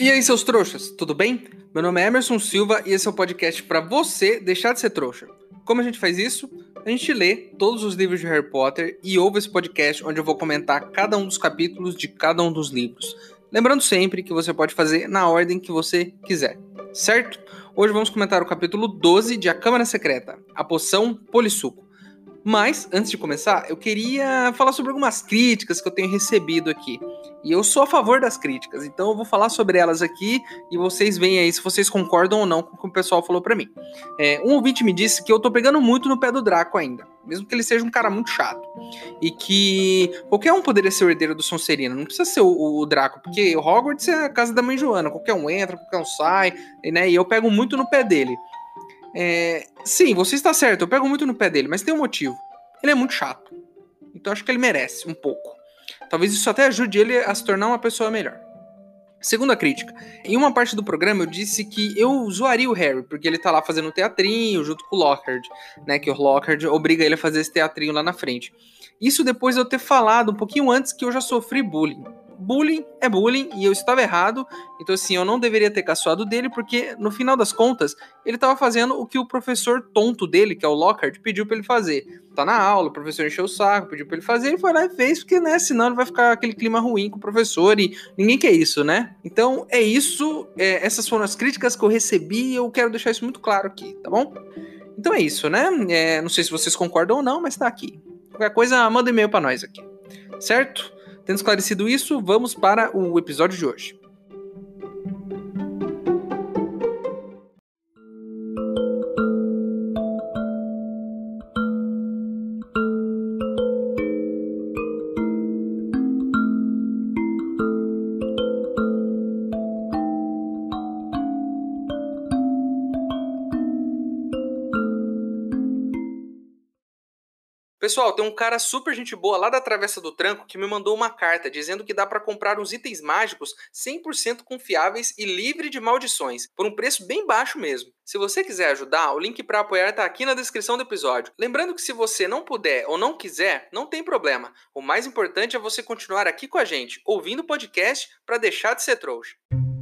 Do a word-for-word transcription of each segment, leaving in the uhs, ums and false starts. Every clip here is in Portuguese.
E aí, seus trouxas, tudo bem? Meu nome é Emerson Silva e esse é o podcast para você deixar de ser trouxa. Como a gente faz isso? A gente lê todos os livros de Harry Potter e ouve esse podcast onde eu vou comentar cada um dos capítulos de cada um dos livros. Lembrando sempre que você pode fazer na ordem que você quiser, certo? Hoje vamos comentar o capítulo doze de A Câmara Secreta, a poção Polissuco. Mas, antes de começar, eu queria falar sobre algumas críticas que eu tenho recebido aqui. E eu sou a favor das críticas, então eu vou falar sobre elas aqui e vocês veem aí se vocês concordam ou não com o que o pessoal falou pra mim. É, um ouvinte me disse que eu tô pegando muito no pé do Draco ainda, mesmo que ele seja um cara muito chato. E que qualquer um poderia ser o herdeiro do Sonserina, não precisa ser o, o Draco, porque Hogwarts é a casa da mãe Joana, qualquer um entra, qualquer um sai, né? E eu pego muito no pé dele. É, sim, você está certo, eu pego muito no pé dele, mas tem um motivo. Ele é muito chato. Então acho que ele merece um pouco. Talvez isso até ajude ele a se tornar uma pessoa melhor. Segunda crítica. Em uma parte do programa eu disse que eu zoaria o Harry, porque ele tá lá fazendo um teatrinho junto com o Lockhart, né? Que o Lockhart obriga ele a fazer esse teatrinho lá na frente. Isso depois de eu ter falado um pouquinho antes que eu já sofri bullying. Bullying é bullying e eu estava errado, então assim, eu não deveria ter caçoado dele, porque no final das contas, ele estava fazendo o que o professor tonto dele, que é o Lockhart, pediu para ele fazer. Tá na aula, o professor encheu o saco, pediu para ele fazer, ele foi lá e fez, porque né, senão ele vai ficar aquele clima ruim com o professor e ninguém quer isso, né? Então é isso, é, essas foram as críticas que eu recebi e eu quero deixar isso muito claro aqui, tá bom? Então é isso, né? É, não sei se vocês concordam ou não, mas tá aqui. Qualquer coisa, manda um e-mail para nós aqui, certo? Tendo esclarecido isso, vamos para o episódio de hoje. Pessoal, tem um cara super gente boa lá da Travessa do Tranco que me mandou uma carta dizendo que dá para comprar uns itens mágicos cem por cento confiáveis e livre de maldições, por um preço bem baixo mesmo. Se você quiser ajudar, o link para apoiar tá aqui na descrição do episódio. Lembrando que se você não puder ou não quiser, não tem problema. O mais importante é você continuar aqui com a gente, ouvindo o podcast para deixar de ser trouxa.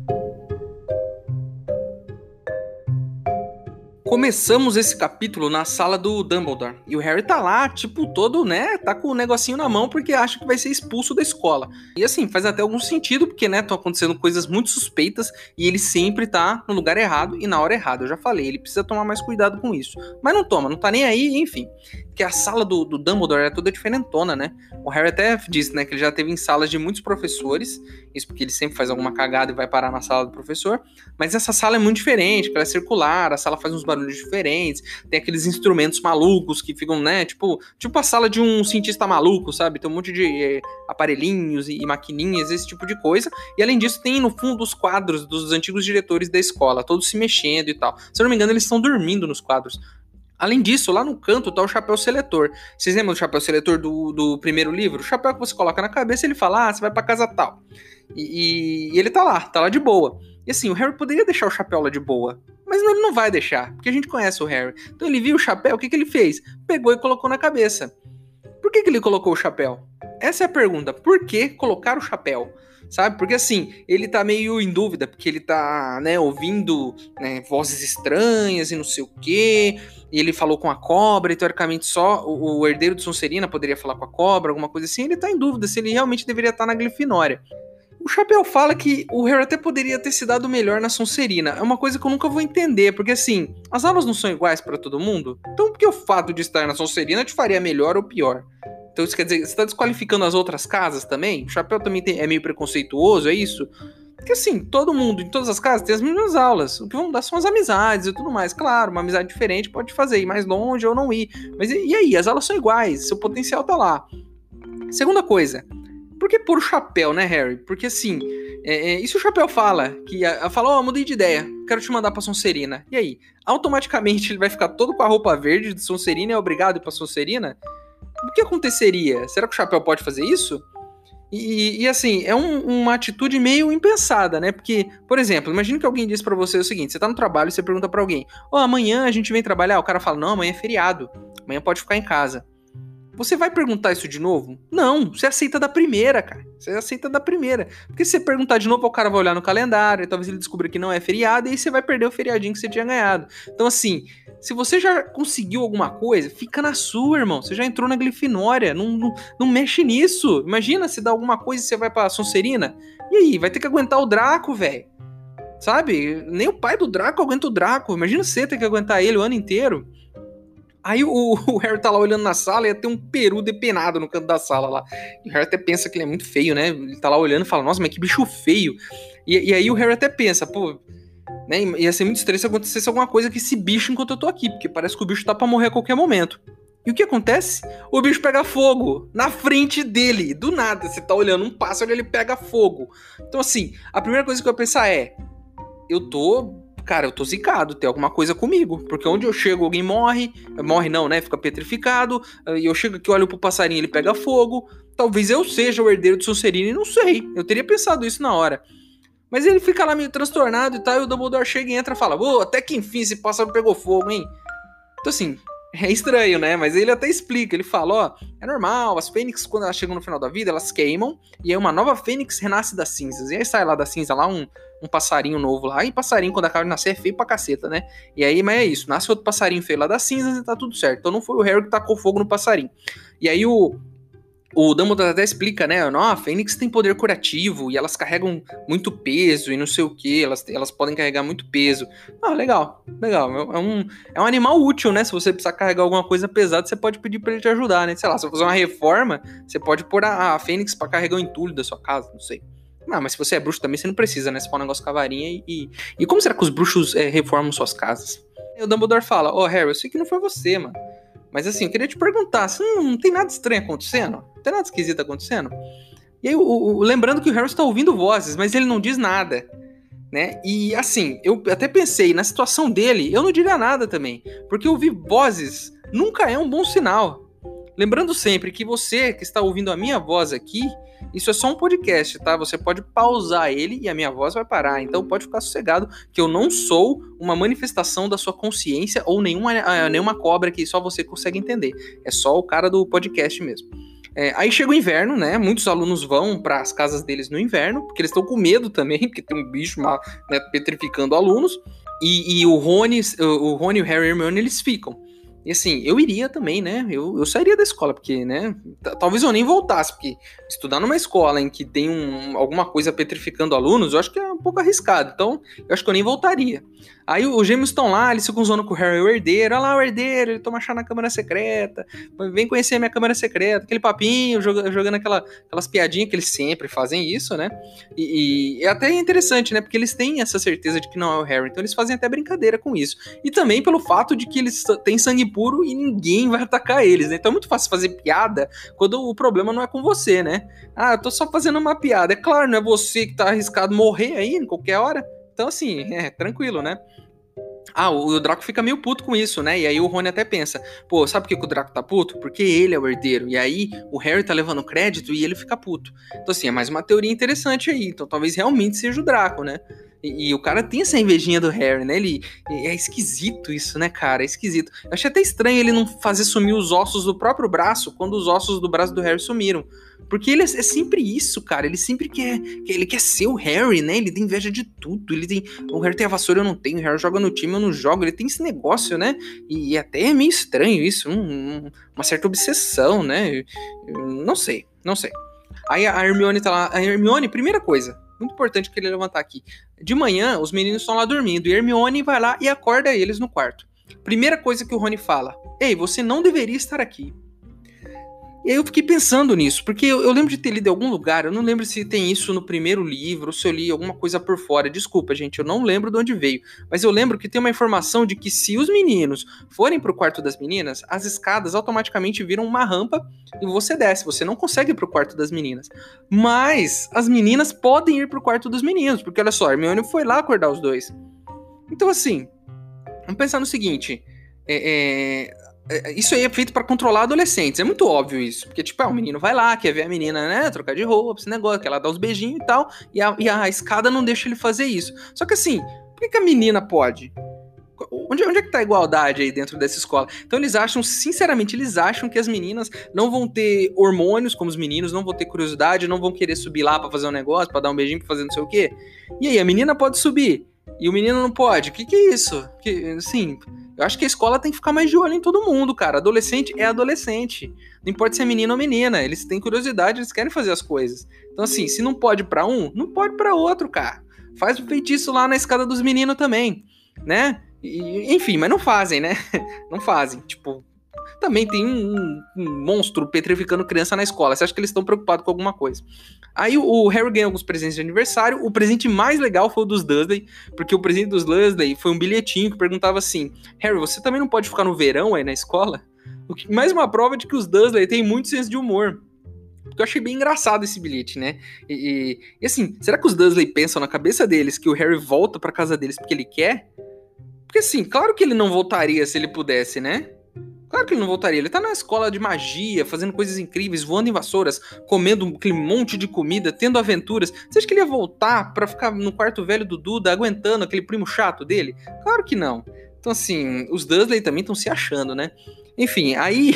Começamos esse capítulo na sala do Dumbledore. E o Harry tá lá, tipo, todo, né? Tá com o negocinho na mão porque acha que vai ser expulso da escola. E assim, faz até algum sentido, porque, né, estão acontecendo coisas muito suspeitas e ele sempre tá no lugar errado e na hora errada. Eu já falei, ele precisa tomar mais cuidado com isso. Mas não toma, não tá nem aí, enfim. Porque a sala do, do Dumbledore é toda diferentona, né? O Harry até disse, né, que ele já teve em salas de muitos professores. Isso porque ele sempre faz alguma cagada e vai parar na sala do professor. Mas essa sala é muito diferente, porque ela é circular, a sala faz uns barulhos diferentes, tem aqueles instrumentos malucos que ficam, né, tipo, tipo a sala de um cientista maluco, sabe? Tem um monte de é, aparelhinhos e, e maquininhas, esse tipo de coisa. E além disso, tem no fundo os quadros dos antigos diretores da escola, todos se mexendo e tal. Se eu não me engano, eles estão dormindo nos quadros. Além disso, lá no canto tá o chapéu seletor. Vocês lembram do chapéu seletor do, do primeiro livro? O chapéu que você coloca na cabeça e ele fala, ah, você vai pra casa tal. E, e, e ele tá lá, tá lá de boa. E assim, o Harry poderia deixar o chapéu lá de boa, mas ele não vai deixar, porque a gente conhece o Harry. Então ele viu o chapéu, o que, que ele fez? Pegou e colocou na cabeça. Por que, que ele colocou o chapéu? Essa é a pergunta. Por que colocar o chapéu? Sabe? Porque assim, ele tá meio em dúvida, porque ele tá, né, ouvindo, né, vozes estranhas e não sei o quê, e ele falou com a cobra, e teoricamente só o, o herdeiro de Sonserina poderia falar com a cobra, alguma coisa assim. Ele tá em dúvida se ele realmente deveria estar na Grifinória. O Chapéu fala que o Harry até poderia ter se dado melhor na Sonserina. É uma coisa que eu nunca vou entender, porque assim, as aulas não são iguais pra todo mundo. Então por que o fato de estar na Sonserina te faria melhor ou pior? Então isso quer dizer, você tá desqualificando as outras casas também? O Chapéu também tem, é meio preconceituoso, é isso? Porque assim, todo mundo, em todas as casas, tem as mesmas aulas. O que vão dar são as amizades e tudo mais. Claro, uma amizade diferente pode fazer ir mais longe ou não ir. Mas e, e aí? As aulas são iguais, seu potencial tá lá. Segunda coisa, por que pôr o chapéu, né, Harry? Porque assim, é, é, e se o Chapéu fala, que a, a fala, ó, oh, mudei de ideia, quero te mandar pra Sonserina. E aí? Automaticamente ele vai ficar todo com a roupa verde de Sonserina e é obrigado a ir pra Sonserina? O que aconteceria? Será que o Chapéu pode fazer isso? E, e assim, é um, uma atitude meio impensada, né? Porque, por exemplo, imagine que alguém diz pra você o seguinte, você tá no trabalho e você pergunta pra alguém, ó, oh, amanhã a gente vem trabalhar? O cara fala, não, amanhã é feriado, amanhã pode ficar em casa. Você vai perguntar isso de novo? Não, você aceita da primeira, cara. Você aceita da primeira. Porque se você perguntar de novo, o cara vai olhar no calendário, e talvez ele descubra que não é feriado, e aí você vai perder o feriadinho que você tinha ganhado. Então, assim, se você já conseguiu alguma coisa, fica na sua, irmão. Você já entrou na Grifinória, não, não, não mexe nisso. Imagina se dá alguma coisa e você vai pra Sonserina. E aí, vai ter que aguentar o Draco, velho. Sabe? Nem o pai do Draco aguenta o Draco. Imagina você ter que aguentar ele o ano inteiro. Aí o, o Harry tá lá olhando na sala e ia ter um peru depenado no canto da sala lá. E o Harry até pensa que ele é muito feio, né? Ele tá lá olhando e fala, nossa, mas que bicho feio. E, e aí o Harry até pensa, pô, né? Ia ser muito estranho se acontecesse alguma coisa com esse bicho enquanto eu tô aqui, porque parece que o bicho tá pra morrer a qualquer momento. E o que acontece? O bicho pega fogo na frente dele, do nada. Você tá olhando um pássaro e ele pega fogo. Então assim, a primeira coisa que eu ia pensar é, eu tô... Cara, eu tô zicado, tem alguma coisa comigo. Porque onde eu chego, alguém morre. Morre não, né? Fica petrificado. E eu chego aqui, olho pro passarinho, ele pega fogo. Talvez eu seja o herdeiro de Sonserina e não sei. Eu teria pensado isso na hora. Mas ele fica lá meio transtornado e tal. E o Dumbledore chega e entra e fala, ô, até que enfim esse pássaro pegou fogo, hein? Então assim, é estranho, né? Mas ele até explica. Ele fala, ó, é normal. As fênix, quando elas chegam no final da vida, elas queimam. E aí uma nova fênix renasce das cinzas. E aí sai lá da cinza lá um... um passarinho novo lá, e passarinho quando acaba de nascer é feio pra caceta, né? E aí, mas é isso, nasce outro passarinho feio lá das cinzas e tá tudo certo. Então não foi o Harry que tacou fogo no passarinho. E aí o, o Dumbledore até explica, né? Não, a Fênix tem poder curativo e elas carregam muito peso e não sei o que, elas, elas podem carregar muito peso. Ah, legal, legal. É um, é um animal útil, né? Se você precisar carregar alguma coisa pesada, você pode pedir pra ele te ajudar, né? Sei lá, se você fazer uma reforma, você pode pôr a, a Fênix pra carregar o entulho da sua casa, não sei. Ah, mas se você é bruxo também, você não precisa, né? Você faz um negócio com a varinha e, e... E como será que os bruxos é, reformam suas casas? E o Dumbledore fala, ó, oh, Harry, eu sei que não foi você, mano. Mas assim, eu queria te perguntar, se não, não tem nada estranho acontecendo? Não tem nada esquisito acontecendo? E aí, o, o, lembrando que o Harry está ouvindo vozes, mas ele não diz nada, né? E assim, eu até pensei, na situação dele, eu não diria nada também. Porque ouvir vozes nunca é um bom sinal. Lembrando sempre que você que está ouvindo a minha voz aqui, isso é só um podcast, tá? Você pode pausar ele e a minha voz vai parar. Então pode ficar sossegado que eu não sou uma manifestação da sua consciência ou nenhuma, nenhuma cobra que só você consegue entender. É só o cara do podcast mesmo. É, aí chega o inverno, né? Muitos alunos vão para as casas deles no inverno, porque eles estão com medo também, porque tem um bicho mal, né, petrificando alunos. E, e o Rony, o Rony, o Harry e o Hermione, eles ficam. E assim, eu iria também, né? Eu, eu sairia da escola, porque, né? T- talvez eu nem voltasse, porque estudar numa escola em que tem um, alguma coisa petrificando alunos, eu acho que é um pouco arriscado. Então, eu acho que eu nem voltaria. Aí os gêmeos estão lá, eles ficam zoando com o Harry, o herdeiro. Olha lá o herdeiro, ele toma chá na câmara secreta. Vem conhecer a minha câmara secreta. Aquele papinho, joga, jogando aquela, aquelas piadinhas que eles sempre fazem isso, né? E, e é até interessante, né? Porque eles têm essa certeza de que não é o Harry. Então eles fazem até brincadeira com isso. E também pelo fato de que eles têm sangue puro e ninguém vai atacar eles, né? Então é muito fácil fazer piada quando o problema não é com você, né? Ah, eu tô só fazendo uma piada. É claro, não é você que tá arriscado morrer aí em qualquer hora. Então, assim, é tranquilo, né? Ah, o Draco fica meio puto com isso, né? E aí o Rony até pensa, pô, sabe por que, que o Draco tá puto? Porque ele é o herdeiro. E aí o Harry tá levando crédito e ele fica puto. Então, assim, é mais uma teoria interessante aí. Então, talvez realmente seja o Draco, né? E, e o cara tem essa invejinha do Harry, né? Ele, é esquisito isso, né, cara? É esquisito. Eu achei até estranho ele não fazer sumir os ossos do próprio braço quando os ossos do braço do Harry sumiram. Porque ele é, é sempre isso, cara. Ele sempre quer, ele quer ser o Harry, né? Ele tem inveja de tudo. Ele tem, o Harry tem a vassoura, eu não tenho. O Harry joga no time, eu não jogo. Ele tem esse negócio, né? E, e até é meio estranho isso. Um, um, uma certa obsessão, né? Eu não sei, não sei. Aí a Hermione tá lá. A Hermione, primeira coisa, muito importante que ele levantar aqui. De manhã, os meninos estão lá dormindo. E a Hermione vai lá e acorda eles no quarto. Primeira coisa que o Rony fala: ei, você não deveria estar aqui. E aí eu fiquei pensando nisso, porque eu, eu lembro de ter lido em algum lugar, eu não lembro se tem isso no primeiro livro, ou se eu li alguma coisa por fora. Desculpa, gente, eu não lembro de onde veio. Mas eu lembro que tem uma informação de que se os meninos forem pro quarto das meninas, as escadas automaticamente viram uma rampa e você desce. Você não consegue ir pro quarto das meninas. Mas as meninas podem ir pro quarto dos meninos, porque olha só, a Hermione foi lá acordar os dois. Então assim, vamos pensar no seguinte, é... é... isso aí é feito pra controlar adolescentes, é muito óbvio isso, porque tipo, ah, o menino vai lá, quer ver a menina, né, trocar de roupa, esse negócio, quer lá dar uns beijinhos e tal, e a, e a escada não deixa ele fazer isso. Só que assim, por que, que a menina pode? Onde, onde é que tá a igualdade aí dentro dessa escola? Então eles acham, sinceramente, eles acham que as meninas não vão ter hormônios como os meninos, não vão ter curiosidade, não vão querer subir lá pra fazer um negócio, pra dar um beijinho, pra fazer não sei o quê. E aí, a menina pode subir e o menino não pode? O que que é isso? Que, assim, eu acho que a escola tem que ficar mais de olho em todo mundo, cara. Adolescente é adolescente. Não importa se é menino ou menina, eles têm curiosidade, eles querem fazer as coisas. Então assim, se não pode pra um, não pode pra outro, cara. Faz o feitiço lá na escada dos meninos também, né? E, enfim, mas não fazem, né? Não fazem. Tipo, também tem um, um monstro petrificando criança na escola. Você acha que eles estão preocupados com alguma coisa? Aí o, o Harry ganha alguns presentes de aniversário. O presente mais legal foi o dos Dursley, porque o presente dos Dursley foi um bilhetinho que perguntava assim: Harry, você também não pode ficar no verão aí na escola? O que, mais uma prova de que os Dursley têm muito senso de humor. Porque eu achei bem engraçado esse bilhete, né? E, e, e assim, será que os Dursley pensam na cabeça deles que o Harry volta pra casa deles porque ele quer? Porque assim, claro que ele não voltaria se ele pudesse, né? Claro que ele não voltaria. Ele tá na escola de magia, fazendo coisas incríveis, voando em vassouras, comendo aquele monte de comida, tendo aventuras. Você acha que ele ia voltar pra ficar no quarto velho do Duda, aguentando aquele primo chato dele? Claro que não. Então assim, os Dursley também estão se achando, né? Enfim, aí,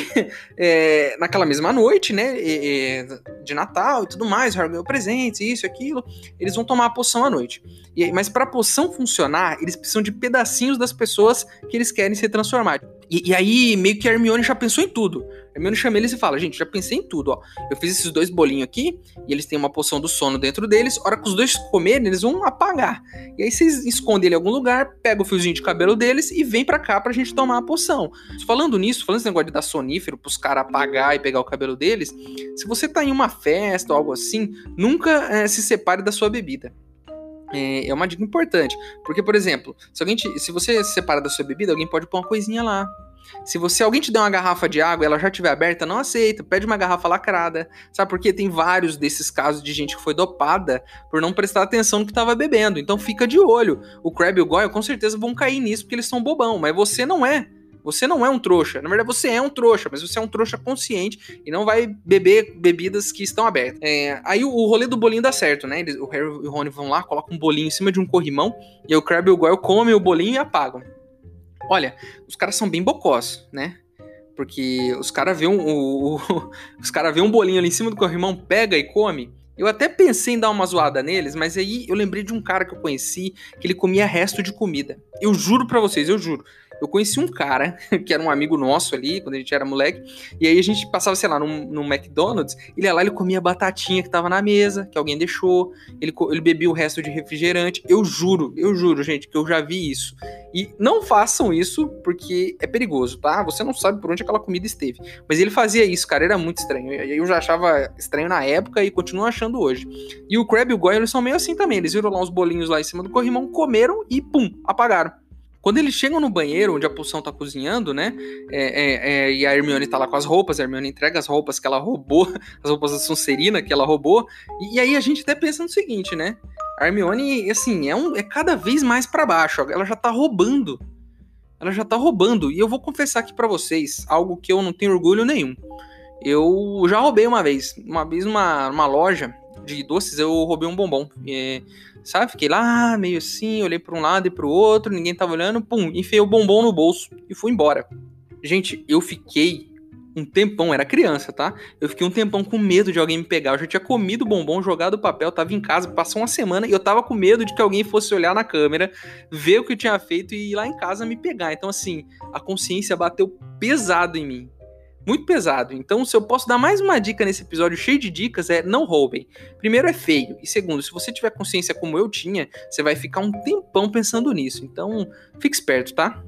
é, naquela mesma noite, né, é, de Natal e tudo mais, o Harry ganhou presentes, isso e aquilo, eles vão tomar a poção à noite. E, mas pra poção funcionar, eles precisam de pedacinhos das pessoas que eles querem se transformar. E, e aí, meio que a Hermione já pensou em tudo. A Hermione chama eles e fala, gente, já pensei em tudo, ó. Eu fiz esses dois bolinhos aqui, e eles têm uma poção do sono dentro deles, a hora que os dois comerem, eles vão apagar. E aí vocês escondem ele em algum lugar, pega o fiozinho de cabelo deles e vem pra cá pra gente tomar a poção. Falando nisso, falando esse negócio de dar sonífero pros caras apagar e pegar o cabelo deles, se você tá em uma festa ou algo assim, nunca é, se separe da sua bebida. É, é uma dica importante, porque, por exemplo, se, alguém te, se você se separa da sua bebida, alguém pode pôr uma coisinha lá. Se você alguém te der uma garrafa de água e ela já estiver aberta, não aceita, pede uma garrafa lacrada. Sabe por quê? Tem vários desses casos de gente que foi dopada por não prestar atenção no que estava bebendo. Então fica de olho. O Crabbe e o Goyle com certeza vão cair nisso porque eles são bobão, mas você não é. Você não é um trouxa. Na verdade, você é um trouxa, mas você é um trouxa consciente e não vai beber bebidas que estão abertas. É, aí o, o rolê do bolinho dá certo, né? Eles, o Harry e o Rony vão lá, colocam um bolinho em cima de um corrimão e aí o Crabbe e o Goyle comem o bolinho e apagam. Olha, os caras são bem bocós, né? Porque os caras vêem um, o, o, os cara vê um bolinho ali em cima do corrimão, pega e come. Eu até pensei em dar uma zoada neles, mas aí eu lembrei de um cara que eu conheci, que ele comia resto de comida. Eu juro pra vocês, eu juro. Eu conheci um cara, que era um amigo nosso ali, quando a gente era moleque, e aí a gente passava, sei lá, num, num McDonald's, ele ia lá, ele comia batatinha que tava na mesa, que alguém deixou, ele, ele bebia o resto de refrigerante. Eu juro, eu juro, gente, que eu já vi isso. E não façam isso, porque é perigoso, tá? Você não sabe por onde aquela comida esteve. Mas ele fazia isso, cara, era muito estranho. Eu já achava estranho na época e continuo achando hoje. E o Crabbe e o Goyle, eles são meio assim também, eles viram lá uns bolinhos lá em cima do corrimão, comeram e pum, apagaram. Quando eles chegam no banheiro, onde a poção tá cozinhando, né? É, é, é, e a Hermione tá lá com as roupas, a Hermione entrega as roupas que ela roubou, as roupas da Sonserina que ela roubou. E, e aí a gente até pensa no seguinte, né? A Hermione, assim, é, um, é cada vez mais pra baixo. Ela já tá roubando. Ela já tá roubando. E eu vou confessar aqui pra vocês algo que eu não tenho orgulho nenhum. Eu já roubei uma vez. Uma vez numa, numa loja de doces, eu roubei um bombom. E, sabe? Fiquei lá, meio assim, olhei pra um lado e pro outro, ninguém tava olhando, pum, enfiei o bombom no bolso e fui embora. Gente, eu fiquei um tempão, era criança, tá? Eu fiquei um tempão com medo de alguém me pegar. Eu já tinha comido o bombom, jogado o papel, tava em casa, passou uma semana e eu tava com medo de que alguém fosse olhar na câmera, ver o que eu tinha feito e ir lá em casa me pegar. Então, assim, a consciência bateu pesado em mim. Muito pesado. Então, se eu posso dar mais uma dica nesse episódio cheio de dicas, é não roubem. Primeiro, é feio. E segundo, se você tiver consciência como eu tinha, você vai ficar um tempão pensando nisso. Então, fique esperto, tá?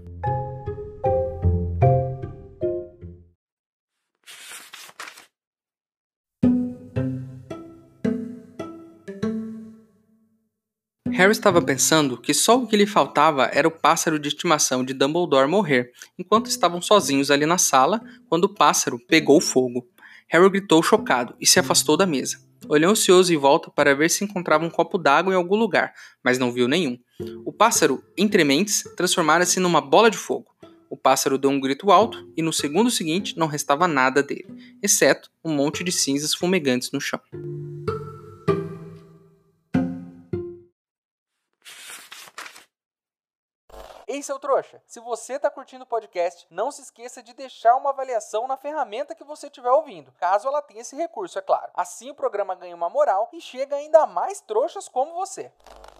Harry estava pensando que só o que lhe faltava era o pássaro de estimação de Dumbledore morrer, enquanto estavam sozinhos ali na sala, quando o pássaro pegou fogo. Harry gritou chocado e se afastou da mesa. Olhou ansioso em volta para ver se encontrava um copo d'água em algum lugar, mas não viu nenhum. O pássaro, entre mentes, transformara-se numa bola de fogo. O pássaro deu um grito alto e no segundo seguinte não restava nada dele, exceto um monte de cinzas fumegantes no chão. O Ei, seu trouxa, se você tá curtindo o podcast, não se esqueça de deixar uma avaliação na ferramenta que você estiver ouvindo, caso ela tenha esse recurso, é claro. Assim o programa ganha uma moral e chega ainda a mais trouxas como você.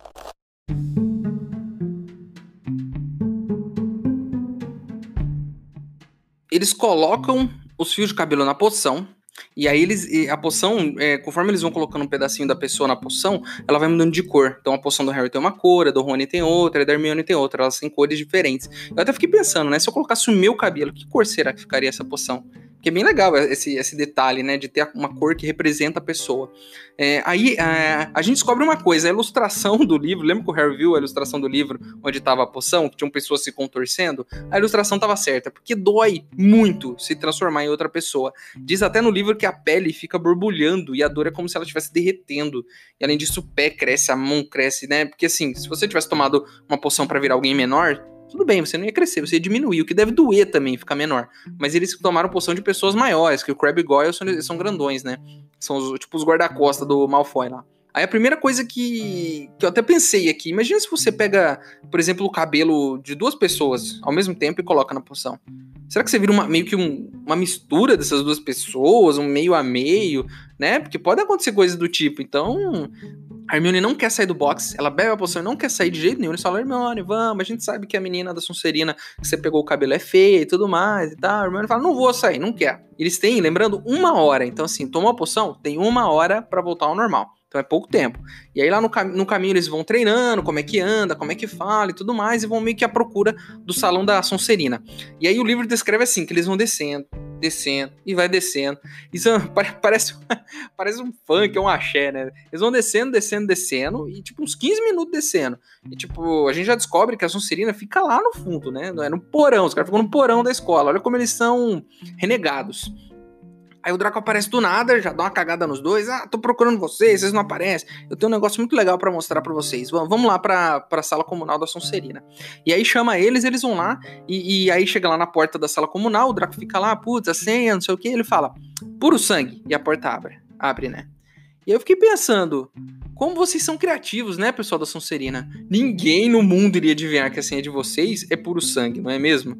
Eles colocam os fios de cabelo na poção, e aí eles, a poção, é, conforme eles vão colocando um pedacinho da pessoa na poção, ela vai mudando de cor. Então a poção do Harry tem uma cor, a do Rony tem outra, a da Hermione tem outra, elas têm cores diferentes. Eu até fiquei pensando, né, se eu colocasse o meu cabelo, que cor será que ficaria essa poção? Que é bem legal esse, esse detalhe, né, de ter uma cor que representa a pessoa. É, aí a, a gente descobre uma coisa, a ilustração do livro, lembra que o Harry viu a ilustração do livro onde estava a poção, que tinham pessoas se contorcendo? A ilustração estava certa, porque dói muito se transformar em outra pessoa. Diz até no livro que a pele fica borbulhando e a dor é como se ela estivesse derretendo. E além disso, o pé cresce, a mão cresce, né? Porque assim, se você tivesse tomado uma poção para virar alguém menor, tudo bem, você não ia crescer, você ia diminuir, o que deve doer também, ficar menor. Mas eles tomaram poção de pessoas maiores, que o Crabbe e Goyle são, são grandões, né? São os, tipo os guarda-costas do Malfoy lá. Aí a primeira coisa que, que eu até pensei aqui, imagina se você pega, por exemplo, o cabelo de duas pessoas ao mesmo tempo e coloca na poção. Será que você vira uma, meio que um, uma mistura dessas duas pessoas, um meio a meio, né? Porque pode acontecer coisas do tipo. Então, a Hermione não quer sair do box, ela bebe a poção e não quer sair de jeito nenhum. Eles falam, Hermione, vamos, a gente sabe que a menina da Sonserina que você pegou o cabelo é feia e tudo mais e tal. A Hermione fala, não vou sair, não quer. Eles têm, lembrando, uma hora. Então, assim, tomou a poção, tem uma hora pra voltar ao normal. Então é pouco tempo. E aí lá no, cam- no caminho eles vão treinando, como é que anda, como é que fala e tudo mais, e vão meio que à procura do salão da Sonserina. E aí o livro descreve assim, que eles vão descendo, descendo, e vai descendo. Isso parece, parece um funk, é um axé, né? Eles vão descendo, descendo, descendo, e tipo uns quinze minutos descendo. E tipo, a gente já descobre que a Sonserina fica lá no fundo, né? É no porão, os caras ficam no porão da escola. Olha como eles são renegados. Aí o Draco aparece do nada, já dá uma cagada nos dois. Ah, tô procurando vocês, vocês não aparecem. Eu tenho um negócio muito legal pra mostrar pra vocês. Vamos lá pra, pra sala comunal da Sonserina. E aí chama eles, eles vão lá. E, e aí chega lá na porta da sala comunal, o Draco fica lá, putz, a senha, não sei o que. Ele fala, puro sangue. E a porta abre, abre, né? E aí eu fiquei pensando, como vocês são criativos, né, pessoal da Sonserina? Ninguém no mundo iria adivinhar que a senha de vocês é puro sangue, não é mesmo?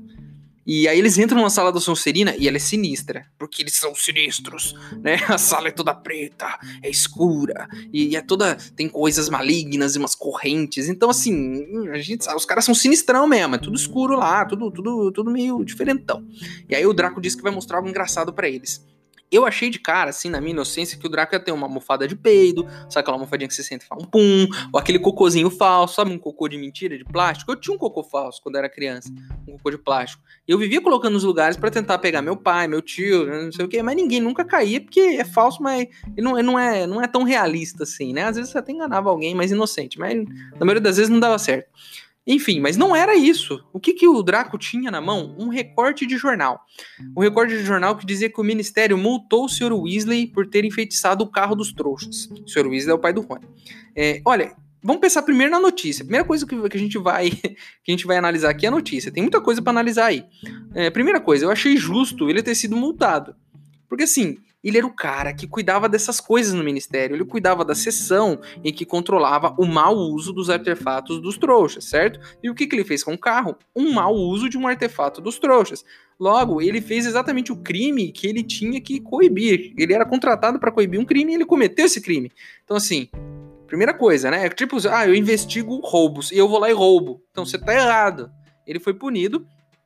E aí eles entram na sala da Sonserina e ela é sinistra, porque eles são sinistros, né? A sala é toda preta, é escura, e é toda... tem coisas malignas e umas correntes. Então, assim, a gente sabe, os caras são sinistrão mesmo, é tudo escuro lá, tudo, tudo, tudo meio diferentão. E aí o Draco diz que vai mostrar algo engraçado pra eles. Eu achei de cara, assim, na minha inocência, que o Draco ia ter uma almofada de peido, sabe aquela almofadinha que você senta e fala um pum, ou aquele cocôzinho falso, sabe um cocô de mentira, de plástico? Eu tinha um cocô falso quando era criança, um cocô de plástico. E eu vivia colocando nos lugares pra tentar pegar meu pai, meu tio, não sei o quê, mas ninguém nunca caía, porque é falso, mas ele não, ele não, é, não é tão realista assim, né? Às vezes você até enganava alguém mais inocente, mas na maioria das vezes não dava certo. Enfim, mas não era isso. O que, que o Draco tinha na mão? Um recorte de jornal. Um recorte de jornal que dizia que o Ministério multou o senhor Weasley por ter enfeitiçado o carro dos trouxas. O senhor Weasley é o pai do Rony. É, olha, vamos pensar primeiro na notícia. A primeira coisa que, que, a gente vai, que a gente vai analisar aqui é a notícia. Tem muita coisa para analisar aí. É, primeira coisa, eu achei justo ele ter sido multado. Porque assim... ele era o cara que cuidava dessas coisas no Ministério. Ele cuidava da seção em que controlava o mau uso dos artefatos dos trouxas, certo? E o que, que ele fez com o carro? Um mau uso de um artefato dos trouxas. Logo, ele fez exatamente o crime que ele tinha que coibir. Ele era contratado para coibir um crime e ele cometeu esse crime. Então, assim, primeira coisa, né? É tipo, ah, eu investigo roubos e eu vou lá e roubo. Então, você tá errado. Ele foi punido.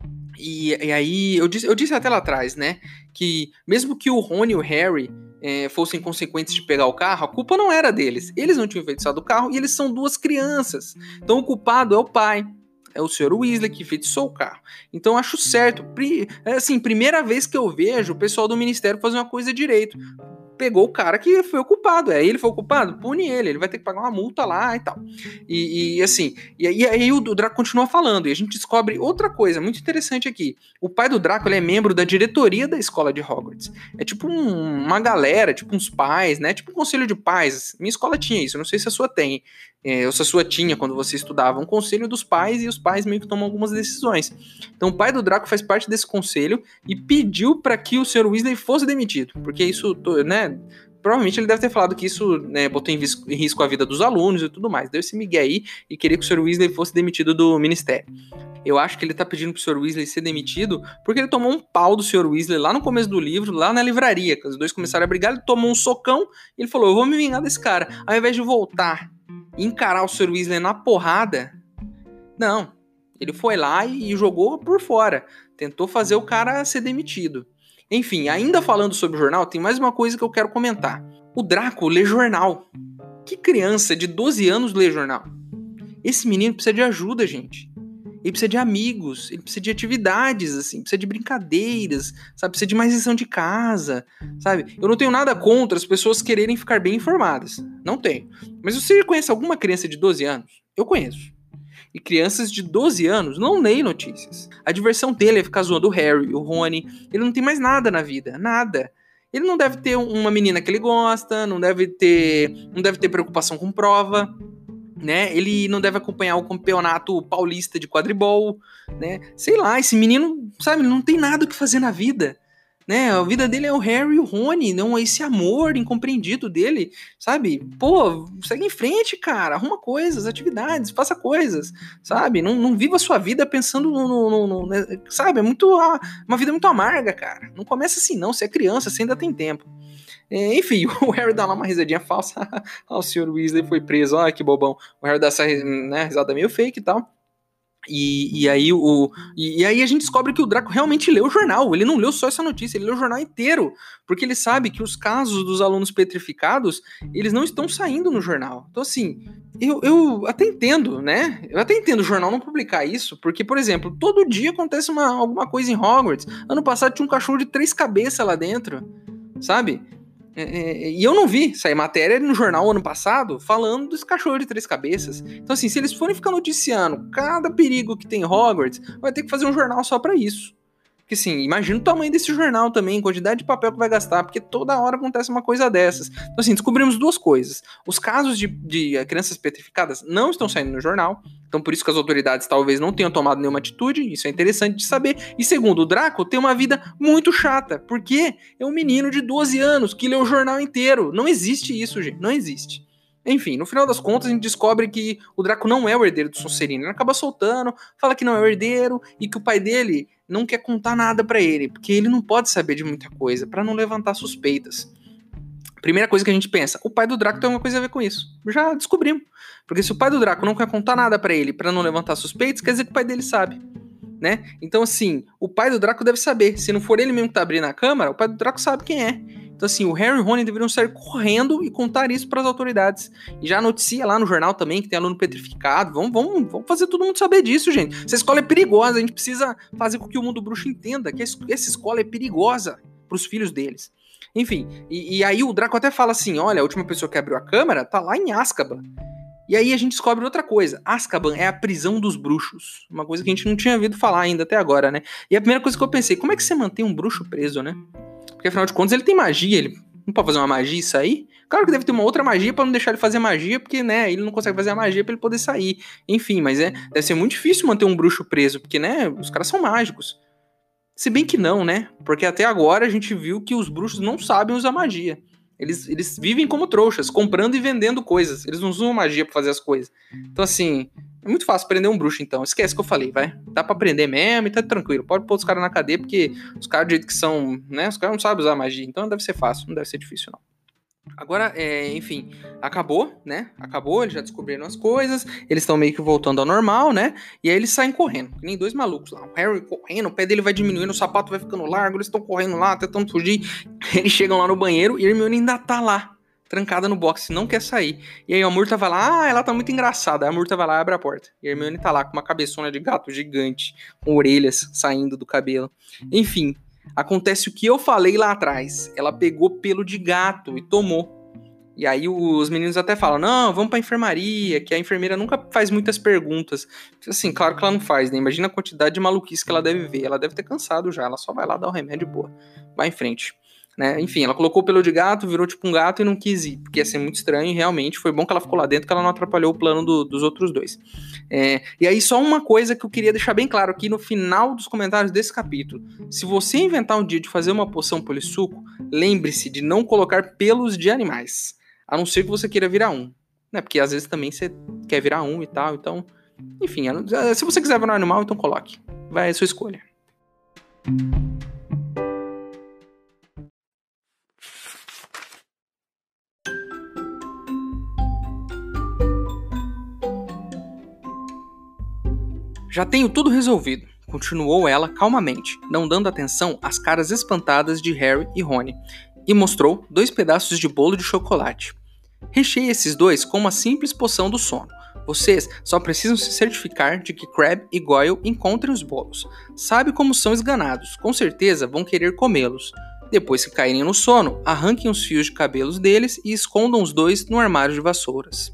E, e aí, eu disse, eu disse até lá atrás, né, que mesmo que o Rony e o Harry é, fossem consequentes de pegar o carro, a culpa não era deles. Eles não tinham enfeitiçado o carro e eles são duas crianças. Então o culpado é o pai, é o senhor Weasley que enfeitiçou o carro. Então eu acho certo. Pri, assim, primeira vez que eu vejo o pessoal do Ministério fazer uma coisa direito. Pegou o cara que foi o culpado, é ele foi o culpado, pune ele, ele vai ter que pagar uma multa lá e tal. E, e assim, e, e aí o, o Draco continua falando, e a gente descobre outra coisa muito interessante aqui. O pai do Draco, ele é membro da diretoria da escola de Hogwarts. É tipo um, uma galera, tipo uns pais, né? Tipo um conselho de pais. Minha escola tinha isso, eu não sei se a sua tem. É, ou se a sua tinha quando você estudava, um conselho dos pais e os pais meio que tomam algumas decisões. Então o pai do Draco faz parte desse conselho e pediu para que o senhor Weasley fosse demitido, porque isso, né, provavelmente ele deve ter falado que isso, né, botou em risco a vida dos alunos e tudo mais, deu esse migué aí e queria que o senhor Weasley fosse demitido do ministério. Eu acho que ele tá pedindo pro senhor Weasley ser demitido porque ele tomou um pau do senhor Weasley lá no começo do livro, lá na livraria, que os dois começaram a brigar, ele tomou um socão e ele falou, eu vou me vingar desse cara. Ao invés de voltar e encarar o senhor Weasley na porrada, não, ele foi lá e jogou por fora, tentou fazer o cara ser demitido. Enfim, ainda falando sobre o jornal, tem mais uma coisa que eu quero comentar. O Draco lê jornal. Que criança de doze anos lê jornal? Esse menino precisa de ajuda, gente. Ele precisa de amigos, ele precisa de atividades, assim, precisa de brincadeiras, sabe? Precisa de mais lição de casa, sabe? Eu não tenho nada contra as pessoas quererem ficar bem informadas. Não tenho. Mas você conhece alguma criança de doze anos? Eu conheço. E crianças de doze anos não leem notícias. A diversão dele é ficar zoando o Harry, o Rony. Ele não tem mais nada na vida, nada. Ele não deve ter uma menina que ele gosta, não deve ter, não deve ter preocupação com prova, né? Ele não deve acompanhar o campeonato paulista de quadribol, né? Sei lá, esse menino, sabe, não tem nada o que fazer na vida, né? A vida dele é o Harry e o Rony, não esse amor incompreendido dele, sabe? Pô, segue em frente, cara, arruma coisas, atividades, faça coisas, sabe? Não, não viva a sua vida pensando no, no, no, no né? Sabe? É muito, uma vida muito amarga, cara. Não começa assim, não. Você é criança, você ainda tem tempo. É, enfim, o Harry dá lá uma risadinha falsa. Ah, o senhor Weasley foi preso, olha que bobão. O Harry dá essa, né, risada meio fake e tal. E, e, aí o, e, e aí a gente descobre que o Draco realmente leu o jornal. Ele não leu só essa notícia, ele leu o jornal inteiro. Porque ele sabe que os casos dos alunos petrificados, eles não estão saindo no jornal. Então assim, eu, eu até entendo, né? Eu até entendo o jornal não publicar isso. Porque, por exemplo, todo dia acontece uma, alguma coisa em Hogwarts. Ano passado tinha um cachorro de três cabeças lá dentro, sabe? É, é, e eu não vi sair matéria no jornal ano passado falando dos cachorros de três cabeças. Então assim, se eles forem ficar noticiando cada perigo que tem em Hogwarts, vai ter que fazer um jornal só pra isso. Porque assim, imagina o tamanho desse jornal também, quantidade de papel que vai gastar, porque toda hora acontece uma coisa dessas. Então assim, descobrimos duas coisas. Os casos de, de crianças petrificadas não estão saindo no jornal, então por isso que as autoridades talvez não tenham tomado nenhuma atitude, isso é interessante de saber. E segundo, o Draco tem uma vida muito chata, porque é um menino de doze anos que lê o jornal inteiro. Não existe isso, gente, não existe. Enfim, no final das contas a gente descobre que o Draco não é o herdeiro do Sonserino. Ele acaba soltando, fala que não é o herdeiro e que o pai dele não quer contar nada pra ele, porque ele não pode saber de muita coisa, pra não levantar suspeitas. Primeira coisa que a gente pensa, o pai do Draco tem alguma coisa a ver com isso. Já descobrimos. Porque se o pai do Draco não quer contar nada pra ele, pra não levantar suspeitas, quer dizer que o pai dele sabe, né? Então assim, o pai do Draco deve saber. Se não for ele mesmo que tá abrindo a câmara, o pai do Draco sabe quem é. Então assim, o Harry e o Rony deveriam sair correndo e contar isso para as autoridades. E já noticia lá no jornal também que tem aluno petrificado. Vamos, vamos, vamos fazer todo mundo saber disso, gente. Essa escola é perigosa, a gente precisa fazer com que o mundo bruxo entenda que essa escola é perigosa para os filhos deles. Enfim, e, e aí o Draco até fala assim, olha, a última pessoa que abriu a câmara tá lá em Azkaban. E aí a gente descobre outra coisa. Azkaban é a prisão dos bruxos. Uma coisa que a gente não tinha ouvido falar ainda até agora, né? E a primeira coisa que eu pensei, como é que você mantém um bruxo preso, né? Porque afinal de contas ele tem magia, ele não pode fazer uma magia e sair. Claro que deve ter uma outra magia pra não deixar ele fazer magia, porque, né, ele não consegue fazer a magia pra ele poder sair. Enfim, mas é, deve ser muito difícil manter um bruxo preso, porque, né, os caras são mágicos. Se bem que não, né? Porque até agora a gente viu que os bruxos não sabem usar magia. Eles, eles vivem como trouxas, comprando e vendendo coisas. Eles não usam magia pra fazer as coisas. Então, assim, é muito fácil prender um bruxo, então. Esquece o que eu falei, vai. Dá pra prender mesmo e tá tranquilo. Pode pôr os caras na cadeia, porque os caras, do jeito que são, né? Os caras não sabem usar magia. Então deve ser fácil, não deve ser difícil, não. Agora, é, enfim, acabou, né? Acabou, eles já descobriram as coisas, eles estão meio que voltando ao normal, né? E aí eles saem correndo, que nem dois malucos lá. O Harry correndo, o pé dele vai diminuindo, o sapato vai ficando largo, eles estão correndo lá, tentando fugir. Eles chegam lá no banheiro e a Hermione ainda tá lá, trancada no box, não quer sair. E aí a Murta vai lá, ah, ela tá muito engraçada. Aí a Murta vai lá e abre a porta. E a Hermione tá lá com uma cabeçona de gato gigante, com orelhas saindo do cabelo. Enfim, acontece o que eu falei lá atrás. Ela pegou pelo de gato e tomou. E aí os meninos até falam, não, vamos pra enfermaria, que a enfermeira nunca faz muitas perguntas. Assim, claro que ela não faz, né? Imagina a quantidade de maluquice que ela deve ver. Ela deve ter cansado já, ela só vai lá dar o remédio e boa. Vai em frente. Né? Enfim, ela colocou o pelo de gato, virou tipo um gato e não quis ir, porque ia ser muito estranho e realmente foi bom que ela ficou lá dentro, que ela não atrapalhou o plano do, dos outros dois. É, e aí só uma coisa que eu queria deixar bem claro aqui no final dos comentários desse capítulo. Se você inventar um dia de fazer uma poção polissuco, lembre-se de não colocar pelos de animais, a não ser que você queira virar um, né? Porque às vezes também você quer virar um e tal, então Enfim, se você quiser ver no animal, então coloque. Vai, é a sua escolha. Já tenho tudo resolvido, continuou ela calmamente, não dando atenção às caras espantadas de Harry e Rony, e mostrou dois pedaços de bolo de chocolate. Recheie esses dois com uma simples poção do sono. Vocês só precisam se certificar de que Crabbe e Goyle encontrem os bolos. Sabe como são esganados, com certeza vão querer comê-los. Depois que caírem no sono, arranquem os fios de cabelos deles e escondam os dois no armário de vassouras.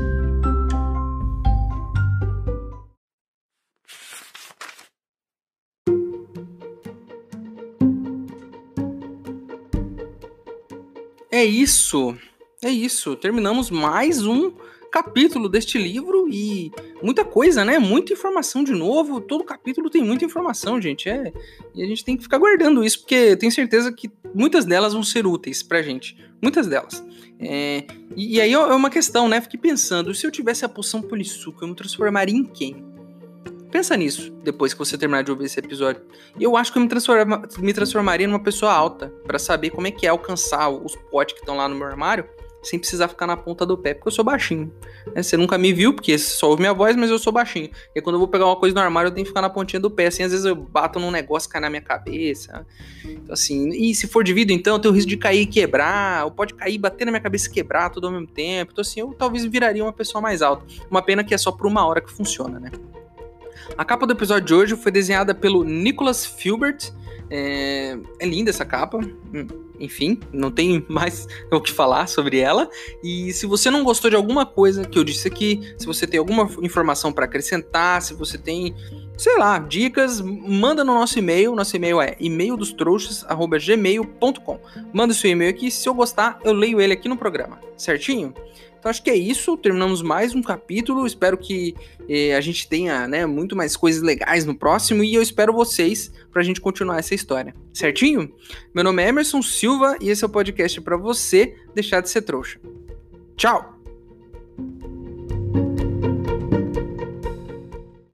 É isso, é isso. Terminamos mais um capítulo deste livro e muita coisa, né? Muita informação de novo. Todo capítulo tem muita informação, gente. É, e a gente tem que ficar guardando isso, porque eu tenho certeza que muitas delas vão ser úteis pra gente. Muitas delas. É, e, e aí é uma questão, né? Fiquei pensando, se eu tivesse a poção polissuco, eu me transformaria em quem? Pensa nisso, depois que você terminar de ouvir esse episódio. Eu acho que eu me, transforma, me transformaria numa pessoa alta, pra saber como é que é alcançar os potes que estão lá no meu armário, sem precisar ficar na ponta do pé, porque eu sou baixinho. É, você nunca me viu, porque você só ouve minha voz, mas eu sou baixinho. E quando eu vou pegar uma coisa no armário, eu tenho que ficar na pontinha do pé. Assim, às vezes eu bato num negócio, cai na minha cabeça. Então, assim, e se for de vidro, então, eu tenho o risco de cair e quebrar, ou pode cair, bater na minha cabeça e quebrar tudo ao mesmo tempo. Então, assim, eu talvez viraria uma pessoa mais alta. Uma pena que é só por uma hora que funciona, né? A capa do episódio de hoje foi desenhada pelo Nicholas Filbert. É, é linda essa capa. Enfim, não tem mais o que falar sobre ela. E se você não gostou de alguma coisa que eu disse aqui, se você tem alguma informação para acrescentar, se você tem, sei lá, dicas, manda no nosso e-mail. Nosso e-mail é e mail dos trouxas arroba gmail ponto com. Manda o seu e-mail aqui. Se eu gostar, eu leio ele aqui no programa. Certinho? Então acho que é isso, terminamos mais um capítulo, espero que eh, a gente tenha, né, muito mais coisas legais no próximo e eu espero vocês pra gente continuar essa história, certinho? Meu nome é Emerson Silva e esse é o podcast pra você deixar de ser trouxa. Tchau!